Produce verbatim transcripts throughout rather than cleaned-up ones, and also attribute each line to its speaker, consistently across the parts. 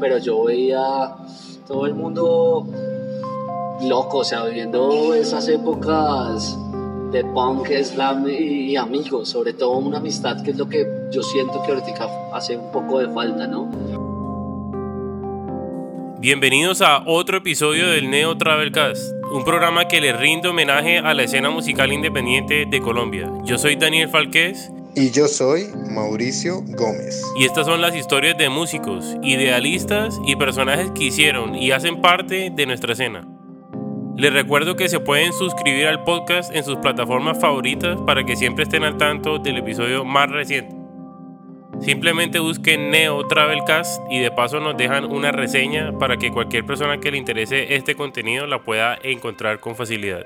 Speaker 1: pero yo veía todo el mundo loco, o sea, viviendo esas épocas de punk, slam y, y amigos, sobre todo una amistad, que es lo que yo siento que ahorita hace un poco de falta, ¿no?
Speaker 2: Bienvenidos a otro episodio del Neo Travelcast, un programa que le rinde homenaje a la escena musical independiente de Colombia. Yo soy Daniel Falqués.
Speaker 3: Y yo soy Mauricio Gómez.
Speaker 2: Y estas son las historias de músicos, idealistas y personajes que hicieron y hacen parte de nuestra escena. Les recuerdo que se pueden suscribir al podcast en sus plataformas favoritas para que siempre estén al tanto del episodio más reciente. Simplemente busquen Neo Travelcast y de paso nos dejan una reseña para que cualquier persona que le interese este contenido la pueda encontrar con facilidad.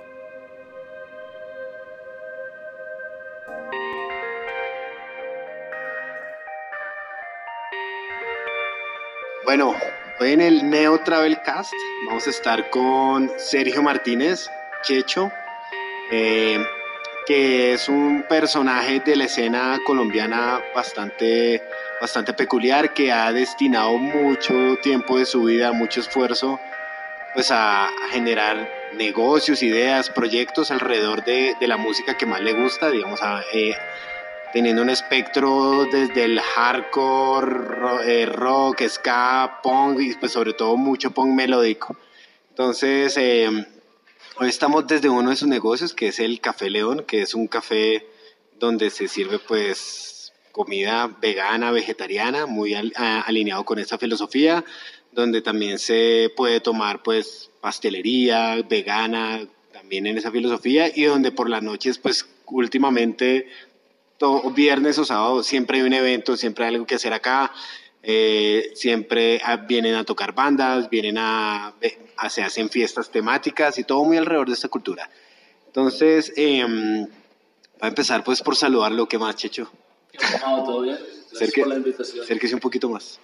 Speaker 4: Bueno, hoy en el Neo Travelcast vamos a estar con Sergio Martínez, Checho, eh, que es un personaje de la escena colombiana bastante, bastante peculiar, que ha destinado mucho tiempo de su vida, mucho esfuerzo, pues a, a generar negocios, ideas, proyectos alrededor de, de la música que más le gusta, digamos, a, eh, teniendo un espectro desde el hardcore, eh, rock, ska, punk y pues sobre todo mucho punk melódico. Entonces, eh, hoy estamos desde uno de sus negocios, que es el Café León, que es un café donde se sirve pues comida vegana, vegetariana, muy al, a, alineado con esta filosofía, donde también se puede tomar pues pastelería vegana, también en esa filosofía, y donde por las noches pues últimamente todo, viernes o sábado siempre hay un evento, siempre hay algo que hacer acá, eh, siempre a, vienen a tocar bandas, vienen a, a, se hacen fiestas temáticas y todo muy alrededor de esta cultura. Entonces, eh, va a empezar pues por saludarlo. ¿Qué más, Checho?
Speaker 1: No, todo bien. Gracias
Speaker 4: Cerque,
Speaker 1: por la invitación.
Speaker 4: Acérquese un poquito más.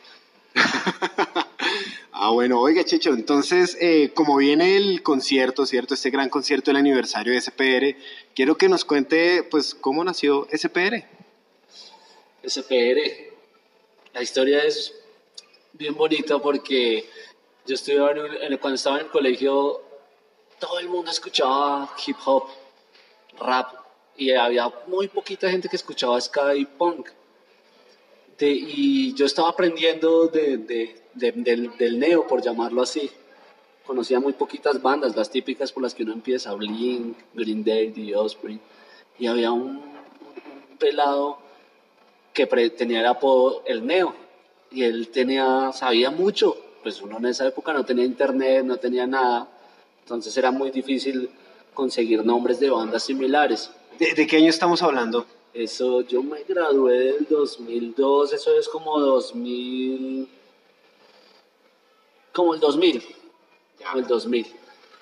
Speaker 4: Ah, bueno, oiga, Checho, entonces, eh, como viene el concierto, ¿cierto? Este gran concierto del aniversario de S P R, quiero que nos cuente, pues, cómo nació S P R.
Speaker 1: S P R, la historia es bien bonita porque yo estudiaba en, en, cuando estaba en el colegio, todo el mundo escuchaba hip hop, rap, y había muy poquita gente que escuchaba ska y punk. De, y yo estaba aprendiendo de, de, de, del, del neo, por llamarlo así. Conocía muy poquitas bandas, las típicas por las que uno empieza, Blink, Green Day, The Offspring. Y había un, un pelado que pre, tenía el apodo El Neo. Y él tenía, sabía mucho. Pues uno en esa época no tenía internet, no tenía nada. Entonces era muy difícil conseguir nombres de bandas similares.
Speaker 4: ¿De, de qué año estamos hablando?
Speaker 1: Eso, yo me gradué del dos mil dos, eso es como dos mil, como el dos mil, como el dos mil.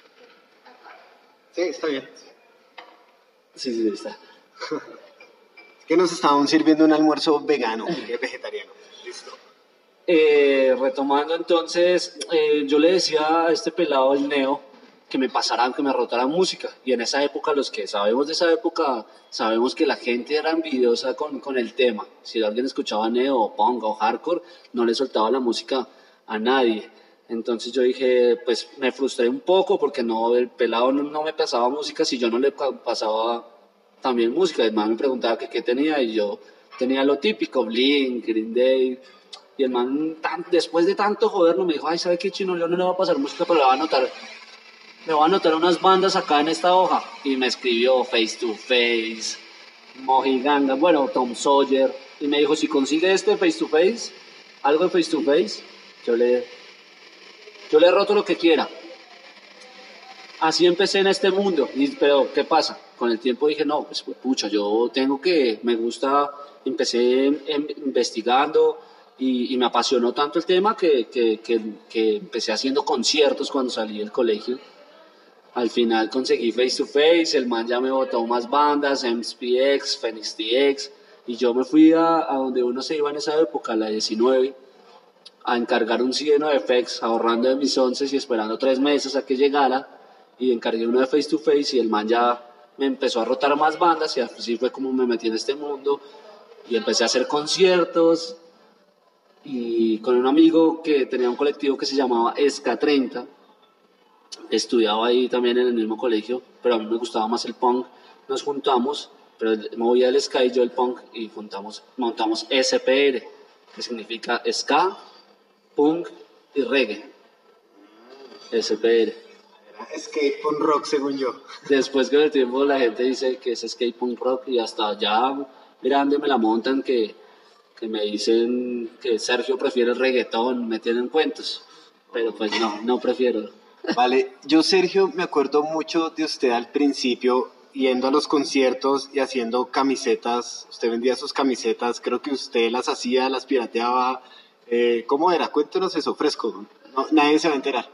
Speaker 4: Sí, está bien.
Speaker 1: Sí, sí, está.
Speaker 4: Es que nos estaban sirviendo un almuerzo vegano, vegetariano. Listo.
Speaker 1: Eh, retomando entonces, eh, yo le decía a este pelado, el Neo, que me pasaran, que me rotaran música. Y en esa época, los que sabemos de esa época, sabemos que la gente era envidiosa con, con el tema. Si alguien escuchaba neo o punk o hardcore, no le soltaba la música a nadie. Entonces yo dije, pues me frustré un poco porque no, el pelado no, no me pasaba música si yo no le pasaba también música. El man me preguntaba que qué tenía y yo tenía lo típico, Blink, Green Day. Y el man, tan, después de tanto joderlo, me dijo, ay, ¿sabe qué, chino? Yo no le voy a pasar música, pero le va a anotar... Me voy a anotar unas bandas acá en esta hoja. Y me escribió Face to Face, Mojiganga, bueno, Tom Sawyer. Y me dijo, si consigue este Face to Face, algo de Face to Face, yo le, yo le roto lo que quiera. Así empecé en este mundo. Y, pero, ¿qué pasa? Con el tiempo dije, no, pues, pucha, yo tengo que, me gusta, empecé en, en, investigando y, y me apasionó tanto el tema que, que, que, que empecé haciendo conciertos cuando salí del colegio. Al final conseguí Face to Face, el man ya me botó más bandas, M S P X, Phoenix T X, y yo me fui a, a donde uno se iba en esa época, la diecinueve, a encargar un C de F X, ahorrando de mis once y esperando tres meses a que llegara, y encargué uno de Face to Face, y el man ya me empezó a rotar más bandas, y así fue como me metí en este mundo, y empecé a hacer conciertos, y con un amigo que tenía un colectivo que se llamaba Ska treinta, estudiaba ahí también en el mismo colegio, pero a mí me gustaba más el punk, nos juntamos, pero él movía el ska y yo el punk, y juntamos, montamos S P R, que significa ska, punk y reggae. S P R.
Speaker 4: Era skate punk rock, según yo.
Speaker 1: Después con el tiempo la gente dice que es skate punk rock, y hasta ya grande me la montan que, que me dicen que Sergio prefiere el reggaetón, me tienen cuentos, pero pues no, no prefiero.
Speaker 4: Vale, yo Sergio me acuerdo mucho de usted al principio yendo a los conciertos y haciendo camisetas. Usted vendía sus camisetas, creo que usted las hacía, las pirateaba. Eh, ¿Cómo era? Cuéntenos eso, fresco. No, nadie se va a enterar.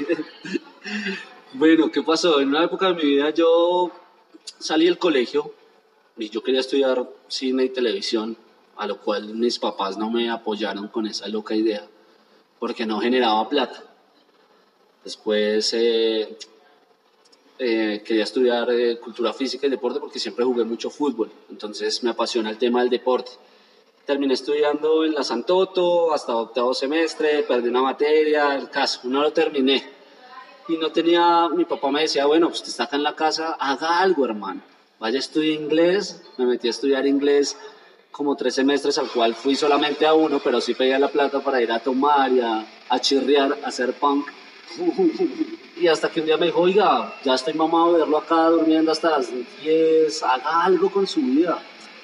Speaker 1: Bueno, ¿qué pasó? En una época de mi vida yo salí del colegio y yo quería estudiar cine y televisión, a lo cual mis papás no me apoyaron con esa loca idea, porque no generaba plata. Después eh, eh, quería estudiar eh, cultura física y deporte porque siempre jugué mucho fútbol, entonces me apasiona el tema del deporte. Terminé estudiando en la Santoto hasta octavo semestre, perdí una materia, el caso, no lo terminé. Y no tenía, mi papá me decía, bueno, pues usted está acá en la casa, haga algo, hermano. Vaya a estudiar inglés, me metí a estudiar inglés como tres semestres, al cual fui solamente a uno, pero sí pedía la plata para ir a tomar y a, a chirriar, a hacer punk. Y hasta que un día me dijo, oiga, ya estoy mamado de verlo acá durmiendo hasta las diez, haga algo con su vida.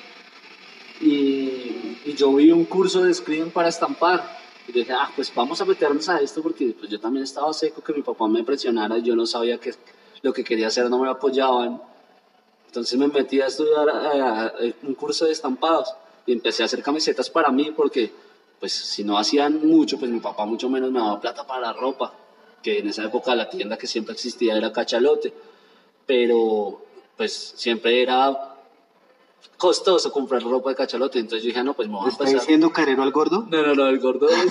Speaker 1: Y, y yo vi un curso de screen para estampar y dije, ah, pues vamos a meternos a esto, porque pues yo también estaba seco que mi papá me presionara y yo no sabía que lo que quería hacer, no me apoyaban. Entonces me metí a estudiar a, a, a un curso de estampados y empecé a hacer camisetas para mí, porque pues si no hacían mucho, pues mi papá mucho menos me daba plata para la ropa, que en esa época la tienda que siempre existía era Cachalote, pero pues siempre era costoso comprar ropa de Cachalote, entonces yo dije, no, pues me voy a empezar.
Speaker 4: ¿Está diciendo carero al gordo?
Speaker 1: No, no, no, el gordo es...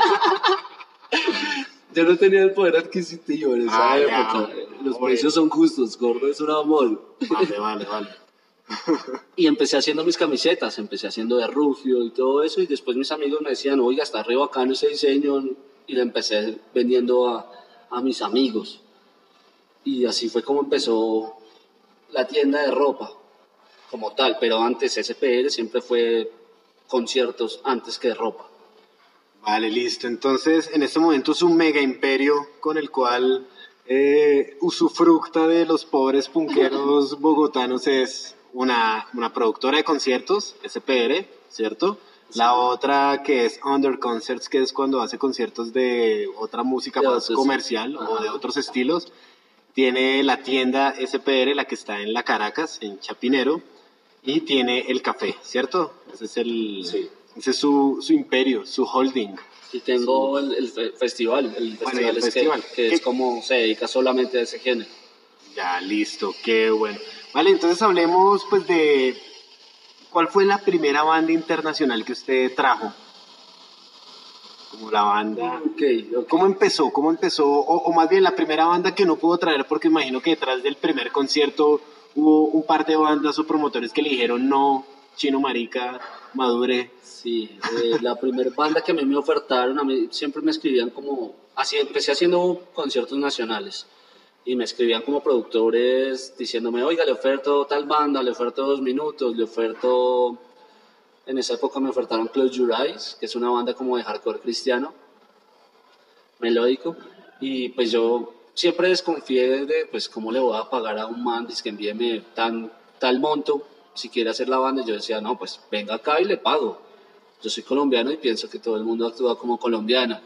Speaker 1: Yo no tenía el poder adquisitivo en esa
Speaker 4: ah,
Speaker 1: época,
Speaker 4: ya,
Speaker 1: los
Speaker 4: bueno.
Speaker 1: precios son justos, gordo es un amor.
Speaker 4: Vale, vale, vale.
Speaker 1: Y empecé haciendo mis camisetas, empecé haciendo de Rufio y todo eso, y después mis amigos me decían, oiga, está re bacano ese diseño, y le empecé vendiendo a, a mis amigos. Y así fue como empezó la tienda de ropa, como tal, pero antes S P R siempre fue conciertos antes que ropa.
Speaker 4: Vale, listo. Entonces, en este momento es un mega imperio con el cual eh, usufructa de los pobres punqueros bogotanos. Es una, una productora de conciertos, S P R, ¿cierto? Sí. La otra que es Under Concerts, que es cuando hace conciertos de otra música de más otros, comercial ajá. o de otros estilos. Tiene la tienda S P R, la que está en La Caracas, en Chapinero, y tiene el café, ¿cierto? Ese es, el, sí. ese es su, su imperio, su holding.
Speaker 1: Y tengo el, el festival, el
Speaker 4: bueno,
Speaker 1: festival,
Speaker 4: el festival.
Speaker 1: que, que es como se dedica solamente a ese género.
Speaker 4: Ya, listo, qué bueno. Vale, entonces hablemos pues de cuál fue la primera banda internacional que usted trajo. Como la banda.
Speaker 1: Okay, okay.
Speaker 4: ¿Cómo empezó? ¿Cómo empezó? O, o más bien la primera banda que no pudo traer, porque imagino que detrás del primer concierto hubo un par de bandas o promotores que le dijeron no, chino marica, madure.
Speaker 1: Sí, eh, la primera banda que a mí me ofertaron, a mí siempre me escribían como, así empecé haciendo conciertos nacionales y me escribían como productores diciéndome, oiga, le oferto tal banda, le oferto dos minutos, le oferto, en esa época me ofertaron Close Your Eyes, que es una banda como de hardcore cristiano, melódico, y pues yo siempre desconfié de, pues, cómo le voy a pagar a un man, dice que envíeme tan, tal monto, si quiere hacer la banda. Yo decía, no, pues venga acá y le pago. Yo soy colombiano y pienso que todo el mundo actúa como colombiano.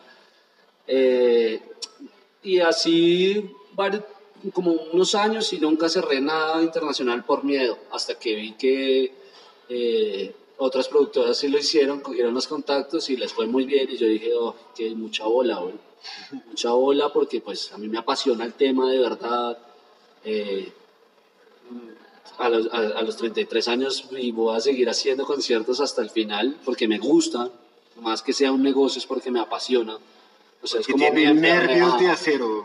Speaker 1: Eh, y así, varios, como unos años, y nunca cerré nada internacional por miedo, hasta que vi que eh, otras productoras sí lo hicieron, cogieron los contactos y les fue muy bien, y yo dije, oh, que mucha bola, güey. Mucha bola, porque pues a mí me apasiona el tema de verdad. Eh, a, los, a, a los treinta y tres años y voy a seguir haciendo conciertos hasta el final porque me gusta, más que sea un negocio es porque me apasiona. O sea, es como
Speaker 4: tiene nervios de acero.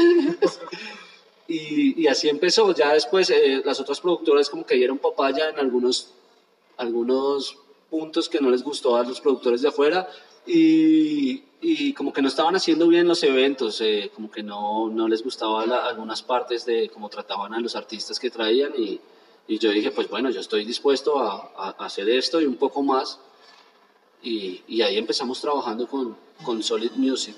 Speaker 1: y, y así empezó. Ya después eh, las otras productoras como que dieron papaya en algunos, algunos puntos que no les gustó a los productores de afuera, y, y como que no estaban haciendo bien los eventos, eh, como que no, no les gustaba la, algunas partes de cómo trataban a los artistas que traían y, y yo dije, pues bueno, yo estoy dispuesto a, a hacer esto y un poco más y, y ahí empezamos trabajando con, con Solid Music.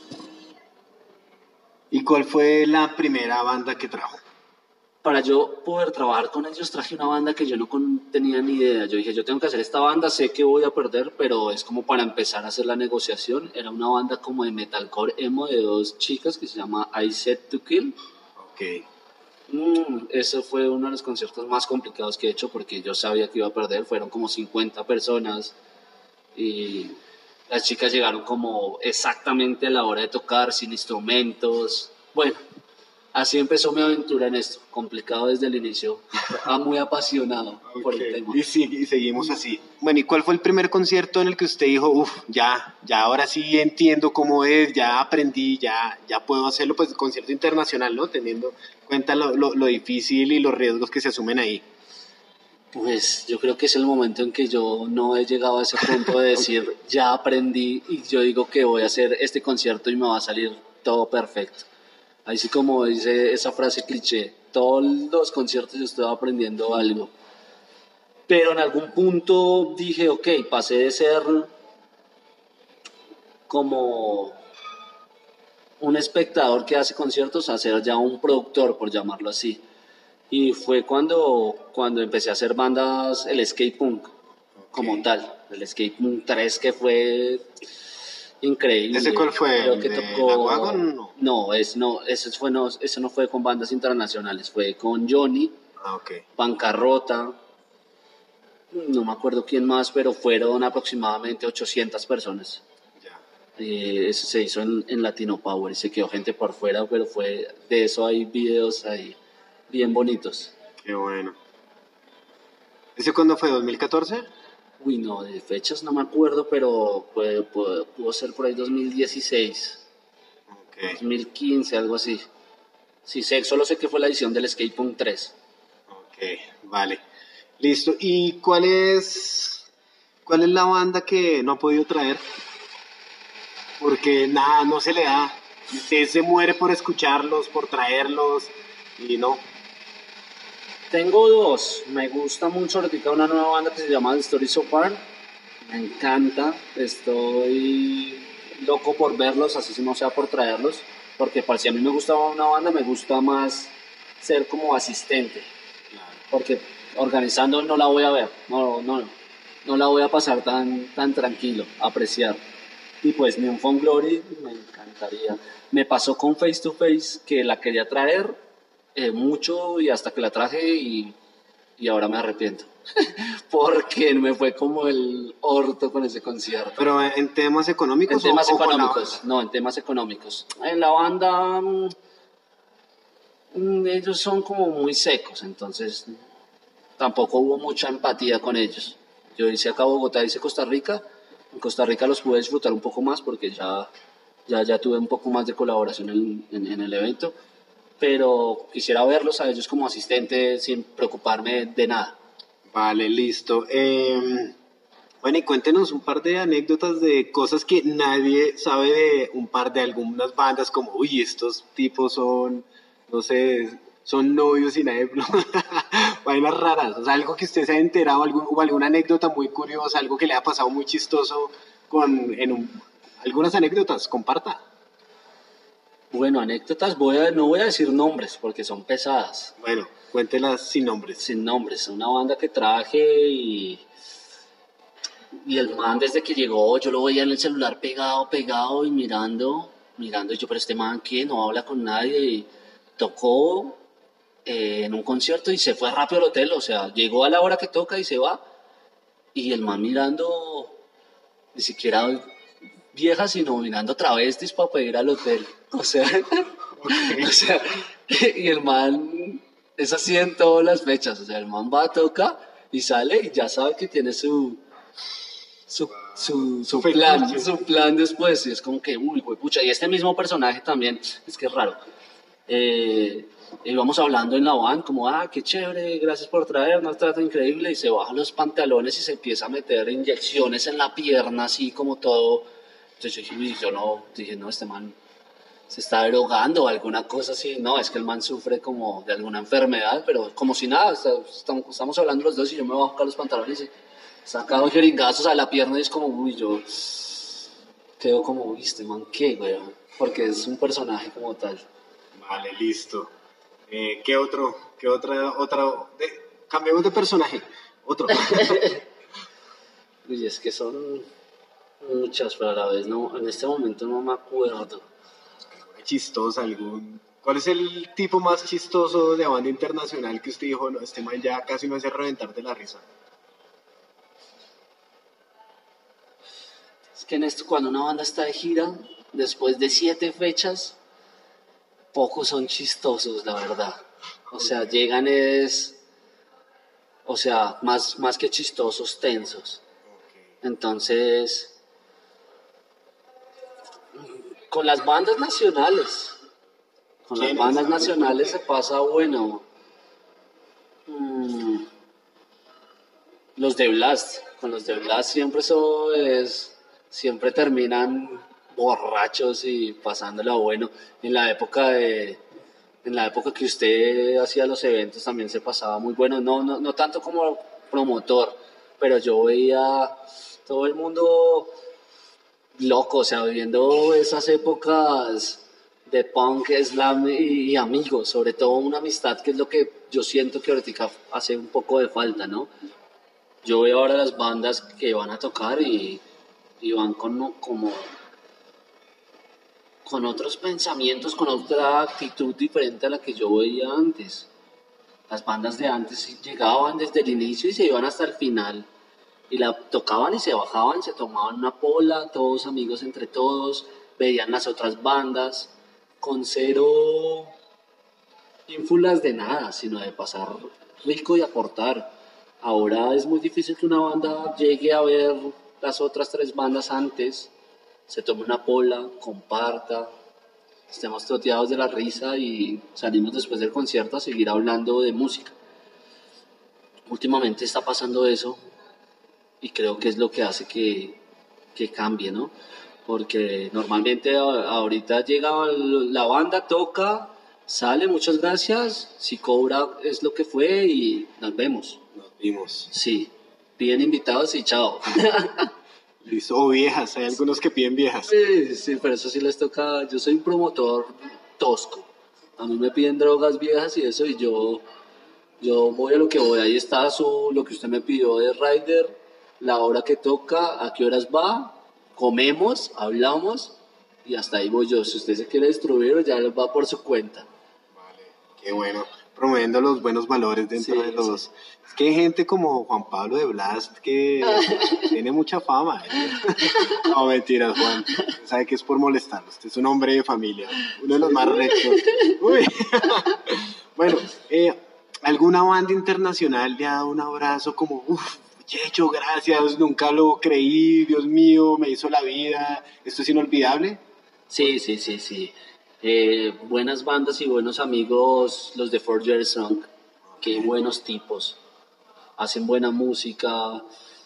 Speaker 4: ¿Y cuál fue la primera banda que trajo?
Speaker 1: Para yo poder trabajar con ellos traje una banda que yo no con, tenía ni idea. Yo dije, yo tengo que hacer esta banda, sé que voy a perder, pero es como para empezar a hacer la negociación. Era una banda como de metalcore emo de dos chicas que se llama I Set to Kill.
Speaker 4: Ok.
Speaker 1: Mm, ese fue uno de los conciertos más complicados que he hecho porque yo sabía que iba a perder. Fueron como cincuenta personas y las chicas llegaron como exactamente a la hora de tocar, sin instrumentos. Bueno, así empezó mi aventura en esto, complicado desde el inicio, muy apasionado okay. por el tema.
Speaker 4: Y, sí, y seguimos así. Bueno, ¿y cuál fue el primer concierto en el que usted dijo, uff, ya, ya ahora sí entiendo cómo es, ya aprendí, ya, ya puedo hacerlo? Pues concierto internacional, ¿no? Teniendo en cuenta lo, lo, lo difícil y los riesgos que se asumen ahí.
Speaker 1: Pues yo creo que es el momento en que yo no he llegado a ese punto de decir, okay. ya aprendí y yo digo que voy a hacer este concierto y me va a salir todo perfecto. Ahí sí, como dice esa frase cliché, todos los conciertos yo estoy aprendiendo algo. Pero en algún punto dije, ok, pasé de ser como un espectador que hace conciertos a ser ya un productor, por llamarlo así. Y fue cuando, cuando empecé a hacer bandas, el skate punk, okay. como tal. El skate punk tres que fue... increíble.
Speaker 4: ¿Ese cuál fue?
Speaker 1: Creo que
Speaker 4: ¿De
Speaker 1: tocó...
Speaker 4: la Wagon? No,
Speaker 1: no, es, no, eso, fue, no, eso no fue con bandas internacionales, fue con Johnny,
Speaker 4: ah, okay.
Speaker 1: Bancarrota, no me acuerdo quién más, pero fueron aproximadamente ochocientas personas.
Speaker 4: Ya.
Speaker 1: Eh, eso se hizo en, en Latino Power y se quedó gente por fuera, pero fue de eso hay videos ahí bien bonitos.
Speaker 4: Qué bueno. ¿Ese cuándo fue? ¿dos mil catorce?
Speaker 1: Uy, no, de fechas no me acuerdo, pero puede, puede, pudo ser por ahí dos mil dieciséis, okay. dos mil quince, algo así. Sí, sé, solo sé que fue la edición del Skate Punk tres.
Speaker 4: Ok, vale. Listo. ¿Y cuál es, cuál es la banda que no ha podido traer? Porque nada, no se le da. Usted se muere por escucharlos, por traerlos, y no.
Speaker 1: Tengo dos. Me gusta mucho ahorita una nueva banda que se llama The Story So Far. Me encanta. Estoy loco por verlos, así si no sea por traerlos. Porque para si a mí me gusta una banda, me gusta más ser como asistente. Porque organizando no la voy a ver. No, no, no la voy a pasar tan, tan tranquilo, apreciar. Y pues Neon Fun Glory me encantaría. Me pasó con Face to Face que la quería traer eh, mucho y hasta que la traje y, y ahora me arrepiento. Porque me fue como el orto con ese concierto.
Speaker 4: ¿Pero en temas económicos?
Speaker 1: En temas
Speaker 4: o,
Speaker 1: económicos, o no, en temas económicos. En la banda mmm, ellos son como muy secos, entonces tampoco hubo mucha empatía con ellos. Yo hice acá Bogotá, hice Costa Rica. En Costa Rica los pude disfrutar un poco más porque ya, ya, ya tuve un poco más de colaboración en, en, en el evento, pero quisiera verlos a ellos como asistente sin preocuparme de nada.
Speaker 4: Vale, listo. Eh, bueno, y cuéntenos un par de anécdotas de cosas que nadie sabe de un par de algunas bandas, como, uy, estos tipos son, no sé, son novios y nadie... vainas raras, o sea, algo que usted se haya enterado, algún, o alguna anécdota muy curiosa, algo que le haya pasado muy chistoso con, en un, algunas anécdotas, comparta.
Speaker 1: Bueno, anécdotas, voy a, no voy a decir nombres porque son pesadas.
Speaker 4: Bueno, cuéntelas sin nombres.
Speaker 1: Sin nombres, una banda que traje y, y el man desde que llegó, yo lo veía en el celular pegado, pegado y mirando, mirando, y yo, pero este man, ¿qué? No habla con nadie, y tocó... Eh, en un concierto y se fue rápido al hotel, o sea, llegó a la hora que toca y se va, y el man mirando ni siquiera viejas, sino mirando travestis para pedir al hotel, o sea, okay. o sea, y el man es así en todas las fechas, o sea, el man va, toca y sale y ya sabe que tiene su su, su, su plan, su plan después, y es como que, uy, güey, pucha, y este mismo personaje también, es que es raro, eh íbamos hablando en la van como, ah, qué chévere, gracias por traernos, trato increíble, y se baja los pantalones y se empieza a meter inyecciones en la pierna, así como todo, Entonces yo dije, uy, yo no, dije, no, este man se está drogando o alguna cosa así. No, es que el man sufre como de alguna enfermedad, pero como si nada, está- estamos, estamos hablando los dos y yo me voy a buscar los pantalones y sacado jeringazos a la pierna y es como, uy, yo quedo como, uy, este man, ¿qué, güey? Porque es un personaje como tal.
Speaker 4: Vale, listo. Eh, ¿Qué otro? ¿Qué otra? otra de, cambiemos de personaje. Otro.
Speaker 1: Uy, es que son muchas, pero a la vez no, en este momento no me acuerdo.
Speaker 4: Chistosa algún. ¿Cuál es el tipo más chistoso de banda internacional que usted dijo, no, este man ya casi me hace reventar de la risa?
Speaker 1: Es que en esto, cuando una banda está de gira, después de siete fechas, pocos son chistosos, la verdad. O sea, llegan es, o sea, más, más que chistosos, tensos. Entonces, con las bandas nacionales, con las
Speaker 4: ¿Quiénes?
Speaker 1: bandas nacionales se pasa bueno. Mm, los de Blast, con los de Blast siempre eso es, siempre terminan borrachos y pasándolo bueno. En la época de, en la época que usted hacía los eventos también se pasaba muy bueno, no, no, no tanto como promotor, pero yo veía todo el mundo loco, o sea, viviendo esas épocas de punk, slam y, y amigos, sobre todo una amistad que es lo que yo siento que ahorita hace un poco de falta, ¿no? Yo veo ahora las bandas que van a tocar y, y van con, como, con otros pensamientos, con otra actitud diferente a la que yo veía antes. Las bandas de antes llegaban desde el inicio y se iban hasta el final. Y la tocaban y se bajaban, se tomaban una pola, todos amigos entre todos, veían las otras bandas, con cero ínfulas de nada, sino de pasar rico y aportar. Ahora es muy difícil que una banda llegue a ver las otras tres bandas antes, se tome una pola, comparta, estemos toteados de la risa y salimos después del concierto a seguir hablando de música. Últimamente está pasando eso. Y creo que es lo que hace que, que cambie, ¿no? Porque normalmente a- ahorita llega la banda, toca, sale, muchas gracias, si cobra es lo que fue y nos vemos.
Speaker 4: Nos vimos.
Speaker 1: Sí, piden invitados y chao.
Speaker 4: Listo. O viejas, hay algunos que piden viejas.
Speaker 1: Sí, sí, pero eso sí les toca, yo soy un promotor tosco. A mí me piden drogas viejas y eso y yo, yo voy a lo que voy. Ahí está su, lo que usted me pidió de Rider, la hora que toca, a qué horas va, comemos, hablamos y hasta ahí voy yo. Si usted se quiere distribuir, ya va por su cuenta.
Speaker 4: Vale, qué bueno. Promoviendo los buenos valores dentro
Speaker 1: Sí,
Speaker 4: de los... Es que hay gente como Juan Pablo de Blast que tiene mucha fama. ¿eh? No, mentiras, Juan. Sabe que es por molestarlo. Usted es un hombre de familia. Uno de los más rectos. Uy. Bueno, eh, ¿alguna banda internacional le ha dado un abrazo como... Uf, Checho, gracias, nunca lo creí, Dios mío, me hizo la vida, esto es inolvidable?
Speaker 1: Sí, sí, sí, sí. Eh, buenas bandas y buenos amigos, los de Four Year Song. Qué buenos tipos. Hacen buena música,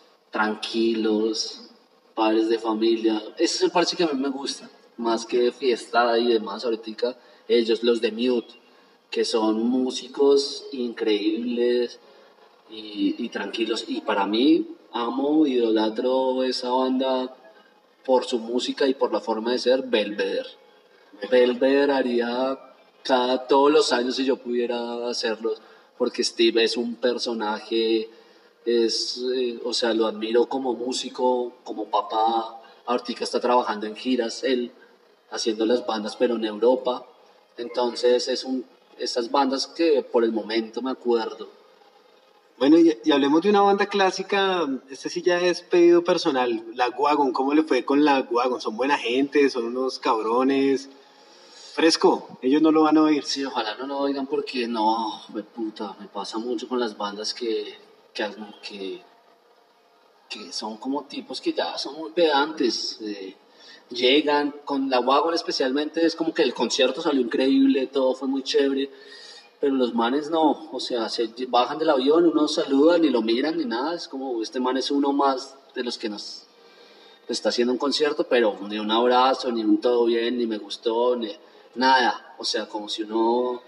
Speaker 1: tranquilos, padres de familia. Ese es el parche que a mí me gusta, más que fiesta y demás. Ahorita ellos, los de Mute, que son músicos increíbles y, y tranquilos. Y para mí, amo, idolatro esa banda por su música y por la forma de ser, Belvedere. Belvedere haría cada, todos los años si yo pudiera hacerlo, porque Steve es un personaje, es, eh, o sea, lo admiro como músico, como papá. Ahorita está trabajando en giras, él, haciendo las bandas, pero en Europa. Entonces, es un, esas bandas que por el momento me acuerdo.
Speaker 4: Bueno, y, y hablemos de una banda clásica, este sí ya es pedido personal, la Wagon, ¿cómo le fue con la Wagon? ¿Son buena gente? ¿Son unos cabrones? Fresco, ellos no lo van a oír.
Speaker 1: Sí, ojalá no lo oigan porque no, me puta, me pasa mucho con las bandas que, que, que, que son como tipos que ya son muy pedantes. Eh, llegan, con la Wagon especialmente, es como que el concierto salió increíble, todo fue muy chévere, pero los manes no, o sea, se bajan del avión, uno saluda, ni lo miran ni nada, es como este man es uno más de los que nos está haciendo un concierto, pero ni un abrazo, ni un todo bien, ni me gustó, ni nada. O sea, como si uno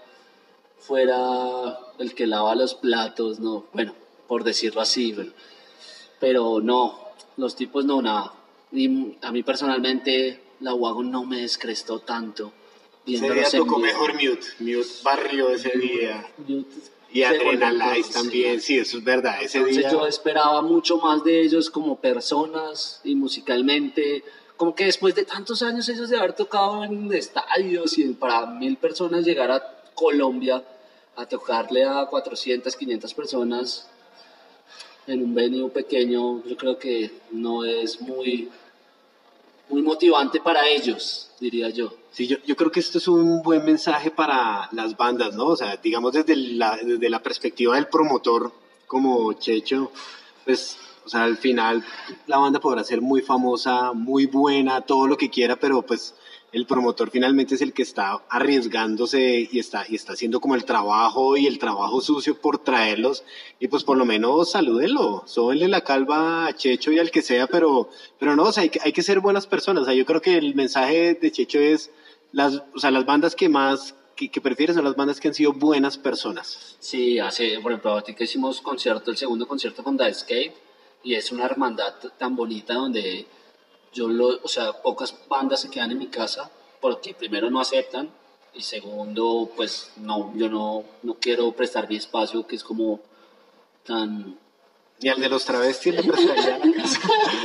Speaker 1: fuera el que lava los platos, ¿no? Bueno, por decirlo así, pero, pero no, los tipos no, nada. Y a mí personalmente la Wagon no me descrestó tanto.
Speaker 4: Ese día tocó mejor Mute, Mute barrió ese día.
Speaker 1: Mute.
Speaker 4: Y Adrenalize también, sí, eso es verdad. Ese
Speaker 1: Entonces
Speaker 4: día...
Speaker 1: yo esperaba mucho más de ellos como personas y musicalmente, como que después de tantos años ellos de haber tocado en estadios y para mil personas llegar a Colombia a tocarle a cuatrocientas, quinientas personas en un venue pequeño, yo creo que no es muy, muy motivante para ellos, diría yo.
Speaker 4: Sí, yo, yo creo que esto es un buen mensaje para las bandas, ¿no? O sea, digamos desde la, desde la perspectiva del promotor como Checho, pues, o sea, al final la banda podrá ser muy famosa, muy buena, todo lo que quiera, pero pues el promotor finalmente es el que está arriesgándose y está, y está haciendo como el trabajo y el trabajo sucio por traerlos, y pues por lo menos salúdenlo, sóbenle la calva a Checho y al que sea, pero, pero no, o sea, hay que, hay que ser buenas personas. O sea, yo creo que el mensaje de Checho es, las, o sea, las bandas que más, que, que prefieres son las bandas que han sido buenas personas.
Speaker 1: Sí, hace, por ejemplo, ahorita que hicimos concierto, el segundo concierto con Skate, y es una hermandad tan bonita donde yo lo, o sea, pocas bandas se quedan en mi casa porque primero no aceptan y segundo, pues no, yo no, no quiero prestar mi espacio que es como tan...
Speaker 4: Ni al de los travestis le prestaría la casa.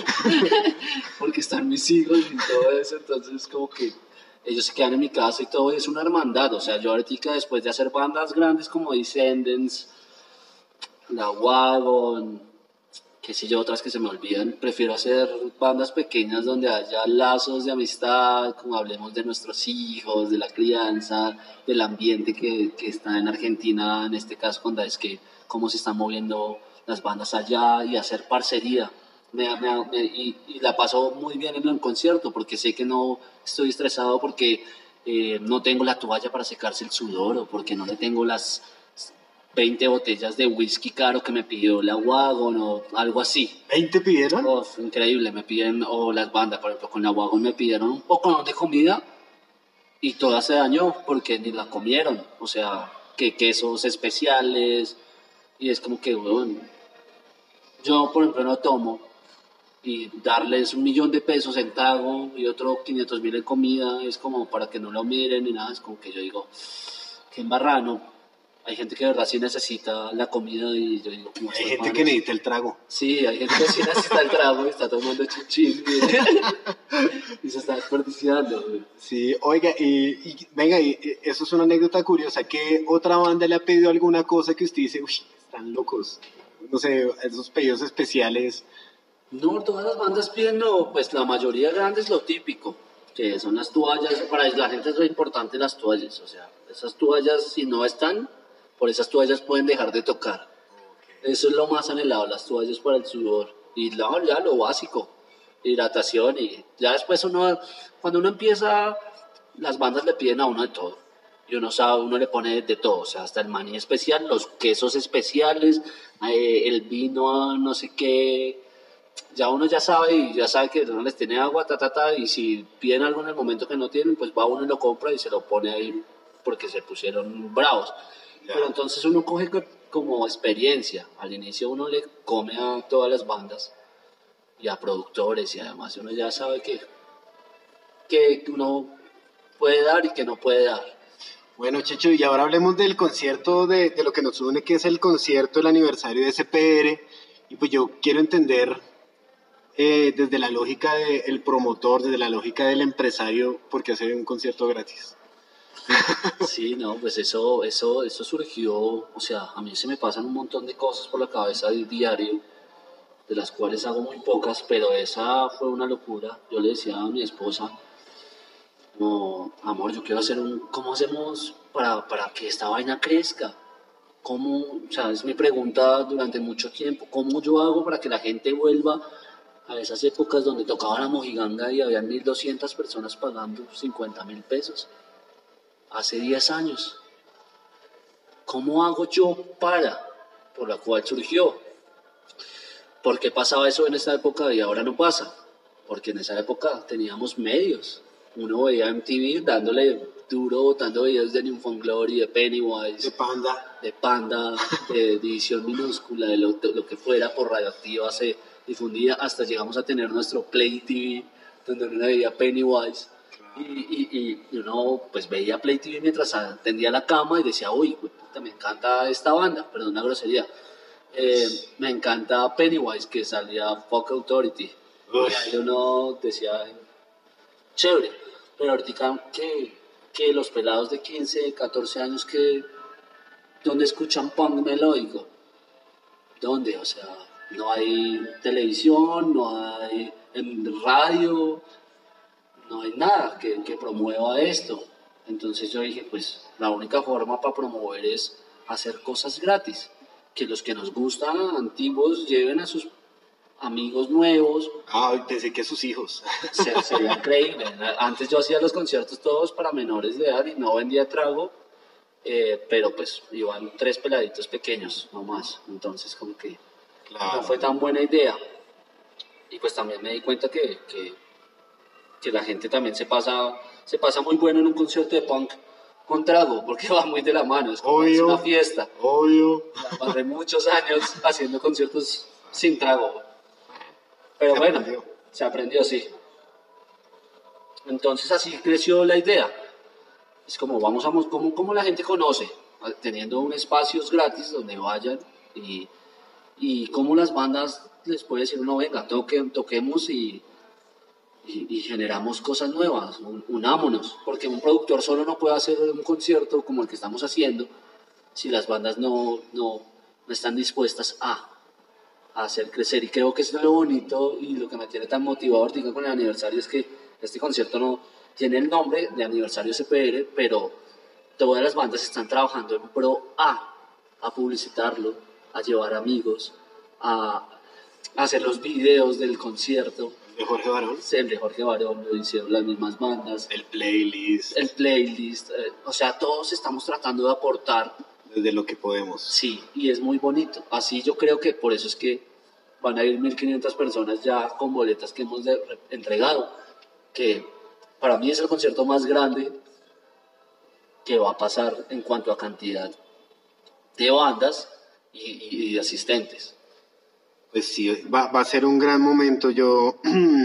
Speaker 1: Porque están mis hijos y todo eso, entonces como que ellos se quedan en mi casa y todo, y es una hermandad. O sea, yo ahorita después de hacer bandas grandes como Descendants, La Wagon, qué sé yo, otras que se me olvidan, prefiero hacer bandas pequeñas donde haya lazos de amistad, como hablemos de nuestros hijos, de la crianza, del ambiente que, que está en Argentina, en este caso con Daesque, cómo se están moviendo las bandas allá y hacer parcería. Me, me, me, y, y la paso muy bien en el concierto porque sé que no estoy estresado porque eh, no tengo la toalla para secarse el sudor o porque no le tengo las veinte botellas de whisky caro que me pidió la Wagon o algo así.
Speaker 4: ¿veinte pidieron?
Speaker 1: Oh, increíble, me piden, o las bandas, por ejemplo, con la Wagon me pidieron un poco de comida y toda se dañó porque ni la comieron. O sea, que quesos especiales y es como que, bueno, yo por ejemplo no tomo y darles un millón de pesos en trago y otro quinientos mil en comida es como para que no lo miren ni nada, es como que yo digo, qué embarrano. Hay gente que de verdad sí necesita la comida y yo digo... Como
Speaker 4: hay gente manos. Que necesita el trago.
Speaker 1: Sí, hay gente que sí necesita el trago y está tomando chichín y se está desperdiciando. Güey.
Speaker 4: Sí, oiga, y, y venga, y, eso es una anécdota curiosa. ¿Qué otra banda le ha pedido alguna cosa que usted dice, uy, están locos? No sé, esos pedidos especiales.
Speaker 1: No, todas las bandas piden, no, pues la mayoría grande es lo típico, que son las toallas. Para la gente es lo importante las toallas, o sea, esas toallas si no están... Por esas toallas pueden dejar de tocar. Okay. Eso es lo más anhelado, las toallas para el sudor. Y no, ya lo básico, hidratación. Y ya después uno, cuando uno empieza, las bandas le piden a uno de todo. Y uno sabe, uno le pone de todo. O sea, hasta el maní especial, los quesos especiales, eh, el vino, no sé qué. Ya uno ya sabe y ya sabe que uno les tiene agua, ta, ta, ta. Y si piden algo en el momento que no tienen, pues va uno y lo compra y se lo pone ahí porque se pusieron bravos. Pero entonces uno coge como experiencia. Al inicio uno le come a todas las bandas y a productores y además uno ya sabe que, que uno puede dar y que no puede dar.
Speaker 4: Bueno, Checho, y ahora hablemos del concierto, de, de lo que nos une, que es el concierto del aniversario de S P R. Y pues yo quiero entender eh, desde la lógica del promotor, desde la lógica del empresario, ¿por qué hacer un concierto gratis?
Speaker 1: Sí, no, pues eso, eso, eso surgió, o sea, a mí se me pasan un montón de cosas por la cabeza de diario, de las cuales hago muy pocas, pero esa fue una locura. Yo le decía a mi esposa, no, amor, yo quiero hacer un, ¿cómo hacemos para, para que esta vaina crezca? ¿Cómo, o sea, es mi pregunta durante mucho tiempo, ¿cómo yo hago para que la gente vuelva a esas épocas donde tocaba la mojiganga y habían mil doscientas personas pagando cincuenta mil pesos? Hace diez años. ¿Cómo hago yo para? Por la cual surgió. ¿Por qué pasaba eso en esta época y ahora no pasa? porque en esa época teníamos medios. Uno veía M T V dándole duro, botando videos de Newfound Glory, de Pennywise,
Speaker 4: De Panda.
Speaker 1: de Panda, de División Minúscula, de lo, de lo que fuera, por Radioactiva se difundía, hasta llegamos a tener nuestro Play T V, donde uno veía Pennywise. Y, y, y, y uno pues veía Play T V mientras tendía la cama y decía, uy, puta, me encanta esta banda, perdón la grosería, eh, me encanta Pennywise, que salía Fuck Authority.
Speaker 4: Uy.
Speaker 1: Y ahí uno decía, chévere, pero ahorita que, que los pelados de quince, catorce años que donde escuchan punk melódico, ¿dónde? O sea, no hay televisión, no hay en radio, no hay nada que, que promueva esto. Entonces yo dije, pues la única forma para promover es hacer cosas gratis, que los que nos gustan antiguos lleven a sus amigos nuevos.
Speaker 4: Ah, pensé que sus hijos.
Speaker 1: Se- sería increíble. Antes yo hacía los conciertos todos para menores de edad y no vendía trago, eh, pero pues iban tres peladitos pequeños, no más. Entonces como que
Speaker 4: Claro.
Speaker 1: no fue tan buena idea. Y pues también me di cuenta que, que, que la gente también se pasa, se pasa muy bueno en un concierto de punk con trago, porque va muy de la mano, es como es
Speaker 4: Obvio.
Speaker 1: una fiesta.
Speaker 4: Obvio.
Speaker 1: Pasé muchos años haciendo conciertos sin trago. Pero
Speaker 4: Se
Speaker 1: bueno,
Speaker 4: aprendió.
Speaker 1: se aprendió, sí. Entonces así creció la idea. Es como vamos a mos- como, como la gente conoce, teniendo un espacios gratis donde vayan y, y como las bandas les puede decir uno, venga, toque, toquemos y, y, y generamos cosas nuevas, un- unámonos, porque un productor solo no puede hacer un concierto como el que estamos haciendo si las bandas no, no, no están dispuestas a, a hacer crecer. Y creo que eso es lo bonito y lo que me tiene tan motivado ahorita con el aniversario es que este concierto no tiene el nombre de aniversario S P R, pero todas las bandas están trabajando en pro a, a publicitarlo, a llevar amigos, a, a hacer los videos del concierto.
Speaker 4: De Jorge Barón.
Speaker 1: El de Jorge Barón lo hicieron las mismas bandas,
Speaker 4: El playlist.
Speaker 1: el playlist, eh, o sea, todos estamos tratando de aportar.
Speaker 4: Desde lo que podemos.
Speaker 1: Sí, y es muy bonito. Así yo creo que por eso es que van a ir mil quinientas personas ya con boletas que hemos de- re- entregado, que para mí es el concierto más grande que va a pasar en cuanto a cantidad de bandas y, y- y de asistentes.
Speaker 4: Pues sí, va, va a ser un gran momento. Yo,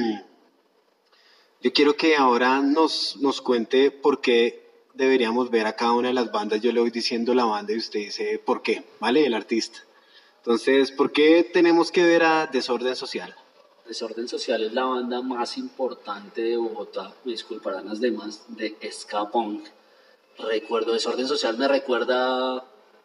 Speaker 4: yo quiero que ahora nos, nos cuente por qué deberíamos ver a cada una de las bandas. Yo le voy diciendo la banda y usted dice por qué, ¿vale? El artista. Entonces, ¿por qué tenemos que ver a Desorden Social?
Speaker 1: Desorden Social es la banda más importante de Bogotá, me disculparán las demás, de ska punk. Recuerdo, Desorden Social me recuerda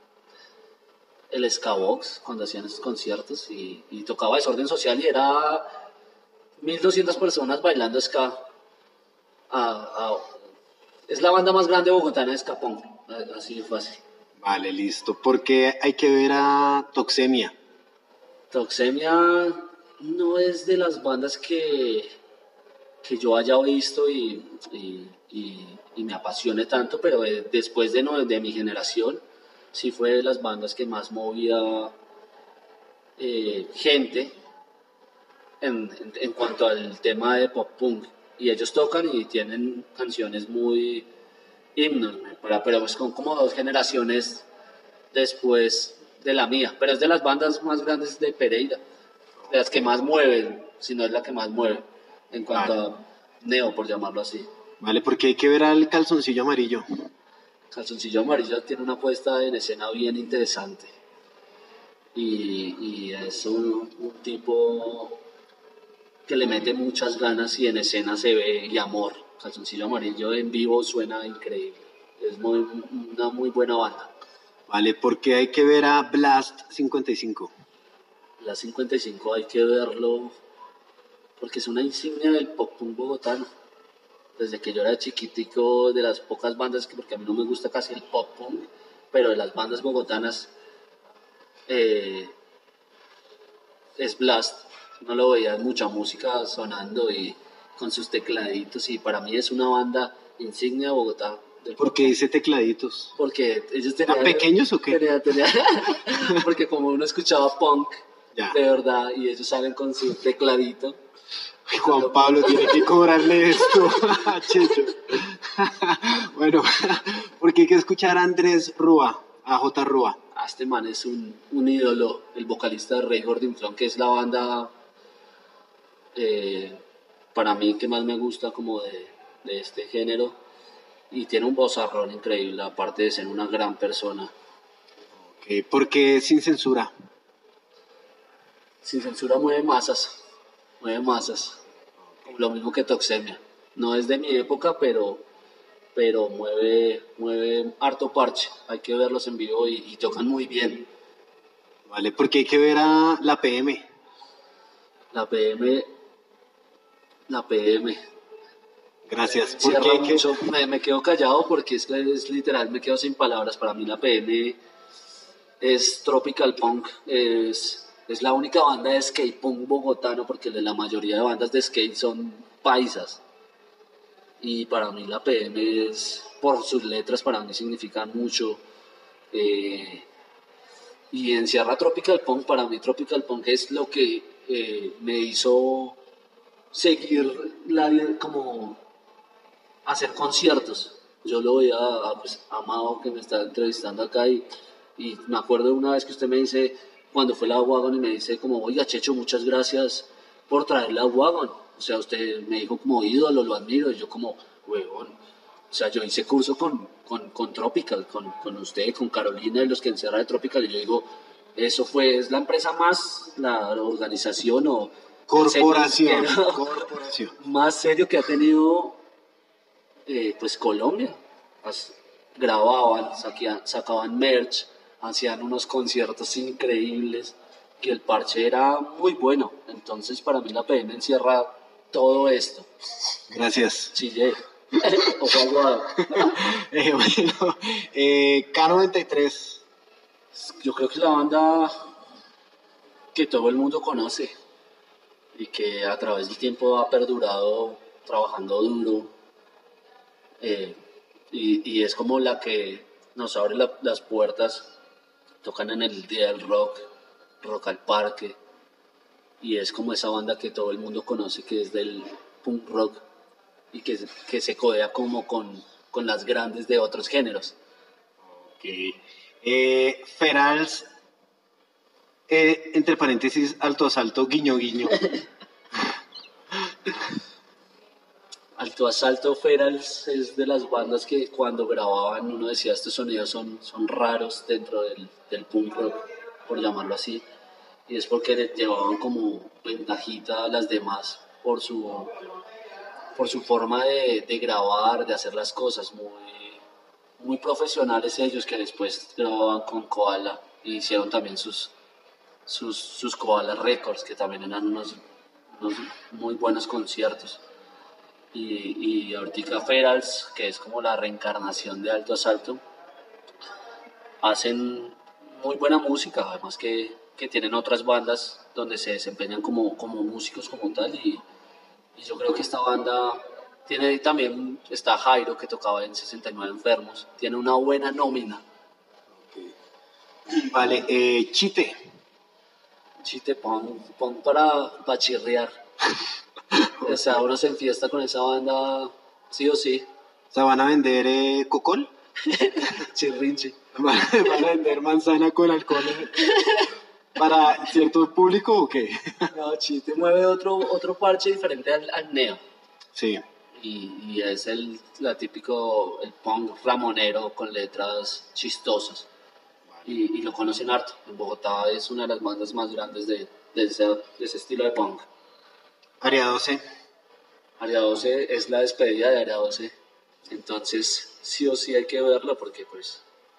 Speaker 1: el Ska Box cuando hacían esos conciertos y, y tocaba Desorden Social y era mil doscientas personas bailando ska. Ah, ah, es la banda más grande bogotana de ska punk, así de fácil.
Speaker 4: Vale, listo. ¿Por qué hay que ver a Toxemia?
Speaker 1: Toxemia no es de las bandas que, que yo haya visto y, y, y- y me apasione tanto, pero eh, después de, no- de mi generación, sí fue de las bandas que más movía eh, gente en, en- en cuanto al tema de pop punk. Y ellos tocan y tienen canciones muy himnos, me- pero, pero es con como dos generaciones después de la mía, pero es de las bandas más grandes de Pereira, de las que más mueven, si no es la que más mueve, en cuanto a neo, por llamarlo así.
Speaker 4: Vale, porque hay que ver al Calzoncillo Amarillo.
Speaker 1: Calzoncillo Amarillo tiene una puesta en escena bien interesante y, y es un, un tipo que le mete muchas ganas y en escena se ve y amor. Calzoncillo Amarillo en vivo suena increíble, es muy, una muy buena banda.
Speaker 4: Vale, porque hay que ver a Blast cincuenta y cinco.
Speaker 1: La cincuenta y cinco hay que verlo porque es una insignia del pop punk bogotano. Desde que yo era chiquitico, de las pocas bandas, que porque a mí no me gusta casi el pop punk, pero de las bandas bogotanas eh, es Blast. No lo veía, mucha música sonando y con sus tecladitos, y para mí es una banda insignia de Bogotá. Del
Speaker 4: ¿Por qué dice tecladitos?
Speaker 1: Porque ellos tenían...
Speaker 4: ¿Tan pequeños o qué?
Speaker 1: tenía- tenía- porque como uno escuchaba punk,
Speaker 4: Ya.
Speaker 1: de verdad, y ellos salen con su tecladito,
Speaker 4: Juan Pablo tiene que cobrarle esto a Checho. Bueno, porque hay que escuchar a Andrés Rúa, a J. Rúa.
Speaker 1: Ah, este man es un, un ídolo, el vocalista de Rey Gordinflón, que es la banda eh, para mí que más me gusta como de, de este género. Y tiene un vozarrón increíble, aparte de ser una gran persona.
Speaker 4: Okay, ¿por qué Sin Censura?
Speaker 1: Sin Censura mueve masas, mueve masas. Lo mismo que Toxemia. No es de mi época, pero, pero mueve, mueve harto parche. Hay que verlos en vivo y, y tocan muy bien.
Speaker 4: Vale, porque hay que ver a la P M.
Speaker 1: La P M, la P M.
Speaker 4: Gracias.
Speaker 1: Cierra
Speaker 4: ¿Por qué?
Speaker 1: mucho. Me, me quedo callado porque es que es literal, me quedo sin palabras. Para mí la P M es tropical punk, es... Es la única banda de skate punk bogotano porque la mayoría de bandas de skate son paisas. Y para mí la P M es, por sus letras, para mí significan mucho. Eh, y en Sierra Tropical Punk, para mí Tropical Punk es lo que eh, me hizo seguir la como hacer conciertos. Yo lo veía a, pues, a Amado que me está entrevistando acá y, y me acuerdo de una vez que usted me dice... cuando fue la Wagon y me dice como, oiga Checho, muchas gracias por traer la Wagon. O sea, usted me dijo como ídolo, lo admiro. Y yo como, huevón. O sea, yo hice curso con, con, con Tropical, con, con usted, con Carolina y los que encierra de Tropical. Y yo digo, eso fue, es la empresa más, la organización o...
Speaker 4: Corporación.
Speaker 1: Serio,
Speaker 4: corporación.
Speaker 1: Más serio que ha tenido, eh, pues, Colombia. Pues, grababan, saquean, sacaban merch, hacían unos conciertos increíbles, que el parche era muy bueno. Entonces para mí la P M encierra todo esto.
Speaker 4: Gracias.
Speaker 1: Chile. Ojo aguado.
Speaker 4: eh, bueno, eh, K noventa y tres.
Speaker 1: Yo creo que es la banda que todo el mundo conoce y que a través del tiempo ha perdurado trabajando duro. Eh, y, y es como la que nos abre la, las puertas. Tocan en el Día del Rock, Rock al Parque, y es como esa banda que todo el mundo conoce, que es del punk rock, y que, que se codea como con, con las grandes de otros géneros.
Speaker 4: Okay. Eh, Ferals, eh, entre paréntesis, Alto Asalto, guiño guiño.
Speaker 1: Alto Asalto Ferals es de las bandas que cuando grababan uno decía estos sonidos son, son raros dentro del, del punk rock, por llamarlo así, y es porque le llevaban como ventajita a las demás por su, por su forma de, de grabar, de hacer las cosas muy, muy profesionales ellos, que después grababan con Koala y hicieron también sus, sus, sus Koala Records, que también eran unos, unos muy buenos conciertos. Y, y ahorita Ferals, que es como la reencarnación de Alto Asalto, hacen muy buena música, además que, que tienen otras bandas donde se desempeñan como, como músicos como tal, y, y yo creo que esta banda tiene también, está Jairo que tocaba en sesenta y nueve Enfermos, tiene una buena nómina.
Speaker 4: Vale, eh, Chite.
Speaker 1: Chite, pon, pon para, para chirriar. O sea, uno se enfiesta con esa banda, sí o sí.
Speaker 4: O sea, ¿van a vender eh, cocol?
Speaker 1: Chirrinche.
Speaker 4: ¿Van a vender manzana con alcohol para cierto público o qué?
Speaker 1: No, Chite mueve otro, otro parche diferente al, al neo.
Speaker 4: Sí.
Speaker 1: Y, y es el la típico, el punk ramonero con letras chistosas. Y, y lo conocen harto. En Bogotá es una de las bandas más grandes de, de, ese, de ese estilo de punk.
Speaker 4: Área doce.
Speaker 1: Área doce es la despedida de Área doce. Entonces, sí o sí hay que verla porque, pues,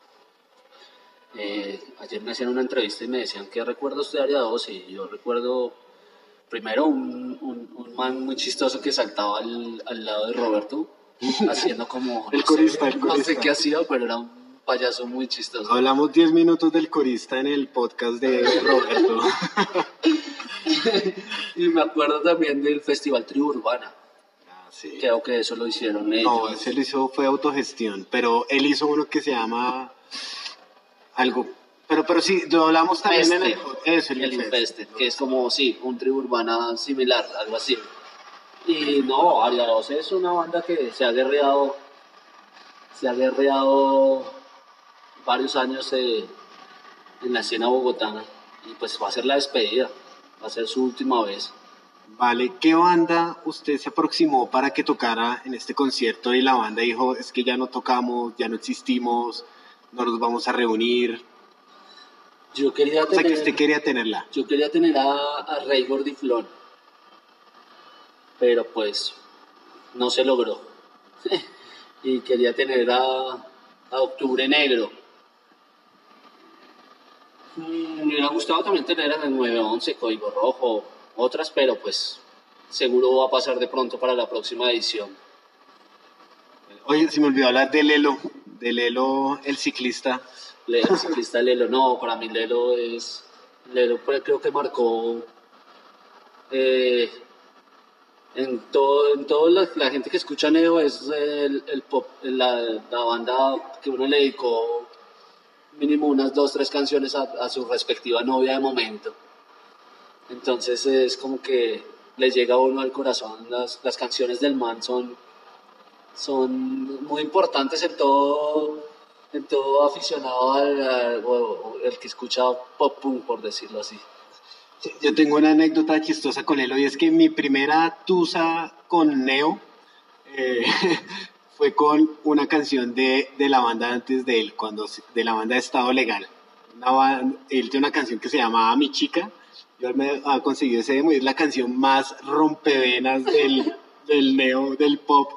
Speaker 1: eh, ayer me hacían una entrevista y me decían, ¿qué recuerda usted de Área doce? Y yo recuerdo, primero, un, un, un man muy chistoso que saltaba al, al lado de Roberto, haciendo como...
Speaker 4: el
Speaker 1: no
Speaker 4: corista,
Speaker 1: sé,
Speaker 4: el corista.
Speaker 1: No sé qué hacía, pero era un payaso muy chistoso.
Speaker 4: Hablamos diez minutos del corista en el podcast de Roberto.
Speaker 1: Y me acuerdo también del Festival Tribu Urbana.
Speaker 4: Ah, sí.
Speaker 1: Creo que eso lo hicieron ellos.
Speaker 4: No, ese lo hizo, fue autogestión, pero él hizo uno que se llama algo, pero pero sí, lo hablamos también
Speaker 1: Feste,
Speaker 4: en el... Eso, el,
Speaker 1: el
Speaker 4: Infeste.
Speaker 1: Infested, que es como, sí, un Tribu Urbana similar, algo así. Y no, Aria doce es una banda que se ha guerreado, se ha guerreado varios años eh, en la escena bogotana y pues va a ser la despedida, va a ser su última vez.
Speaker 4: Vale, ¿qué banda usted se aproximó para que tocara en este concierto y la banda dijo, es que ya no tocamos, ya no existimos, no nos vamos a reunir?
Speaker 1: Yo quería
Speaker 4: O sea,
Speaker 1: tener,
Speaker 4: que usted quería tenerla.
Speaker 1: yo quería tener a, a Rey Gordiflón, pero pues no se logró. Y quería tener a, a Octubre Negro. Mm, Me hubiera gustado también tener a nueve once, Código Rojo, otras, pero pues seguro va a pasar de pronto para la próxima edición.
Speaker 4: Oye, se me olvidó hablar de Lelo, de Lelo, el ciclista.
Speaker 1: Le- El ciclista Lelo, no, para mí Lelo es... Lelo pues, creo que marcó... eh, en todo, en todo la, la gente que escucha Neo es el, el pop, la, la banda que uno le dedicó mínimo unas dos, tres canciones a, a su respectiva novia de momento. Entonces es como que le llega a uno al corazón. Las, las canciones del man son, son muy importantes en todo, en todo aficionado al, al- o, o el que escucha pop punk, por decirlo así.
Speaker 4: Sí, yo tengo una anécdota chistosa con Lelo y es que mi primera tusa con Neo eh, fue con una canción de, de la banda antes de él, cuando, se- de la banda de Estado Legal. Una ban- él tiene una canción que se llamaba Mi Chica. Yo me ha conseguido ese demo y es la canción más rompevenas del, del Neo, del pop.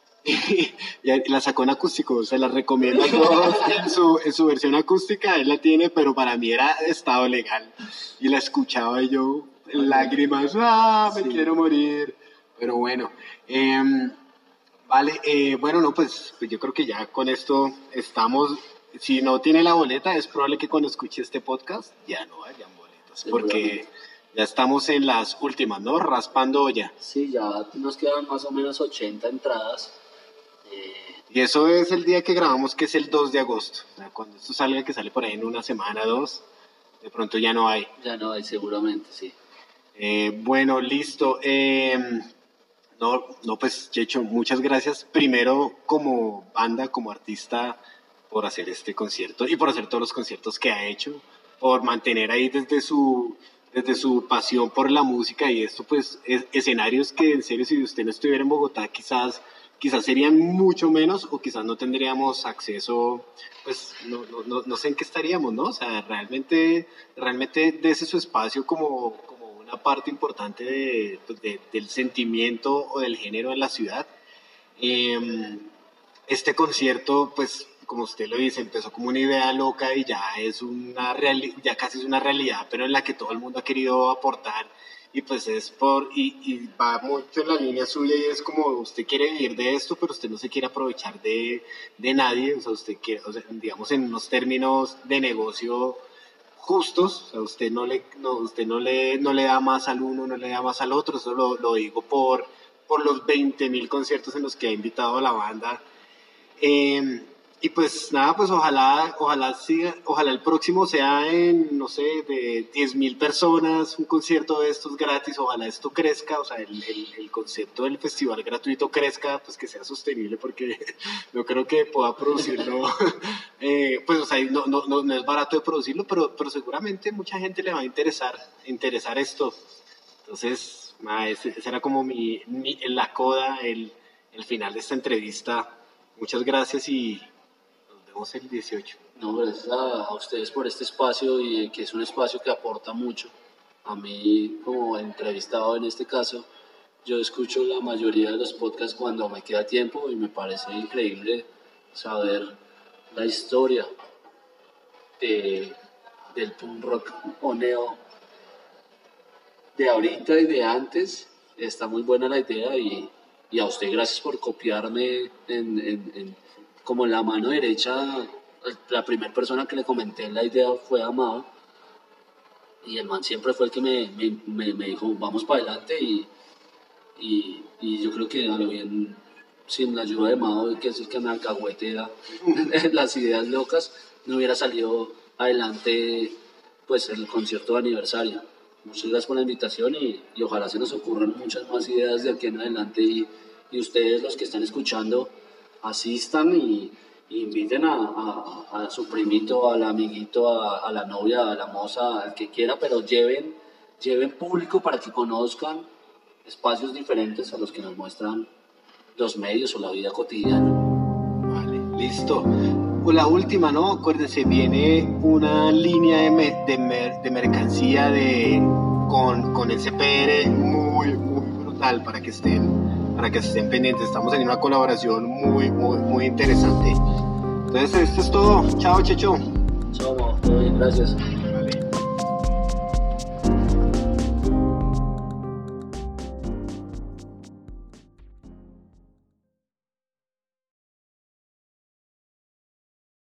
Speaker 4: Y la sacó en acústico, se la recomiendo a todos en su, en su versión acústica, él la tiene, pero para mí era Estado Legal. Y la escuchaba y yo, en lágrimas, ¡ah, me
Speaker 1: Sí.
Speaker 4: quiero morir! Pero bueno, em, vale, eh, bueno, no, pues, pues yo creo que ya con esto estamos. Si no tiene la boleta, es probable que cuando escuche este podcast ya no hayan boletas, porque
Speaker 1: Seguramente.
Speaker 4: ya estamos en las últimas, ¿no? Raspando olla.
Speaker 1: Sí, ya nos quedan más o menos ochenta entradas. Eh,
Speaker 4: Y eso es el día que grabamos, que es el dos de agosto. O sea, cuando esto salga, que sale por ahí en una semana, dos, de pronto ya no hay.
Speaker 1: ya no hay, seguramente, sí.
Speaker 4: Eh, bueno, listo. Eh, no, no, pues, Checho, muchas gracias. Primero, como banda, como artista, por hacer este concierto y por hacer todos los conciertos que ha hecho, por mantener ahí desde su, desde su pasión por la música y esto, pues, es, escenarios que, en serio, si usted no estuviera en Bogotá, quizás quizás serían mucho menos o quizás no tendríamos acceso, pues no, no, no, no sé en qué estaríamos, ¿no? O sea, realmente, realmente dese su espacio como, como una parte importante de, pues, de- del sentimiento o del género en la ciudad. Eh, este concierto, pues, como usted lo dice, empezó como una idea loca y ya es una reali- ya casi es una realidad, pero en la que todo el mundo ha querido aportar y pues es por, y, y va mucho en la línea suya y es como usted quiere vivir de esto, pero usted no se quiere aprovechar de, de nadie, o sea, usted quiere, o sea, digamos en unos términos de negocio justos, o sea, usted no le, no, usted no le, no le da más al uno, no le da más al otro, eso lo, lo digo por, por los veinte mil conciertos en los que ha invitado a la banda. Eh, y pues nada, pues ojalá, ojalá siga, ojalá el próximo sea en, no sé, de diez mil personas, un concierto de estos gratis, ojalá esto crezca, o sea, el, el, el concepto del festival gratuito crezca, pues que sea sostenible, porque no creo que pueda producirlo, eh, pues o sea, no, no, no, no es barato de producirlo, pero, pero seguramente mucha gente le va a interesar, interesar esto. Entonces, nada, ese, ese era como mi, mi, la coda, el, el final de esta entrevista. Muchas gracias y nos vemos el dieciocho.
Speaker 1: No, gracias a, a ustedes por este espacio y eh, que es un espacio que aporta mucho. A mí, como entrevistado en este caso, yo escucho la mayoría de los podcasts cuando me queda tiempo y me parece increíble saber la historia de, del punk rock o neo de ahorita y de antes. Está muy buena la idea y, y a usted gracias por copiarme en, en, en- como en la mano derecha. La primera persona que le comenté la idea fue Amado y el man siempre fue el que me, me, me, me dijo vamos para adelante y, y, y yo creo que a lo bien sin la ayuda de Amado, que es el que me alcahuetea las ideas locas, no hubiera salido adelante pues el concierto de aniversario. Muchas gracias por la invitación y, y ojalá se nos ocurran muchas más ideas de aquí en adelante y, y ustedes los que están escuchando asistan y, y inviten a, a, a su primito, al amiguito, a, a la novia, a la moza, al que quiera, pero lleven, lleven público para que conozcan espacios diferentes a los que nos muestran los medios o la vida cotidiana.
Speaker 4: Vale, listo. O la última, ¿no? Acuérdense, viene una línea de, me, de, mer, de mercancía de, con, con el C P R muy, muy brutal para que estén, para que estén pendientes. Estamos en una colaboración muy, muy, muy interesante. Entonces, esto es todo. Chao, Checho.
Speaker 1: Chao, todo bien, gracias.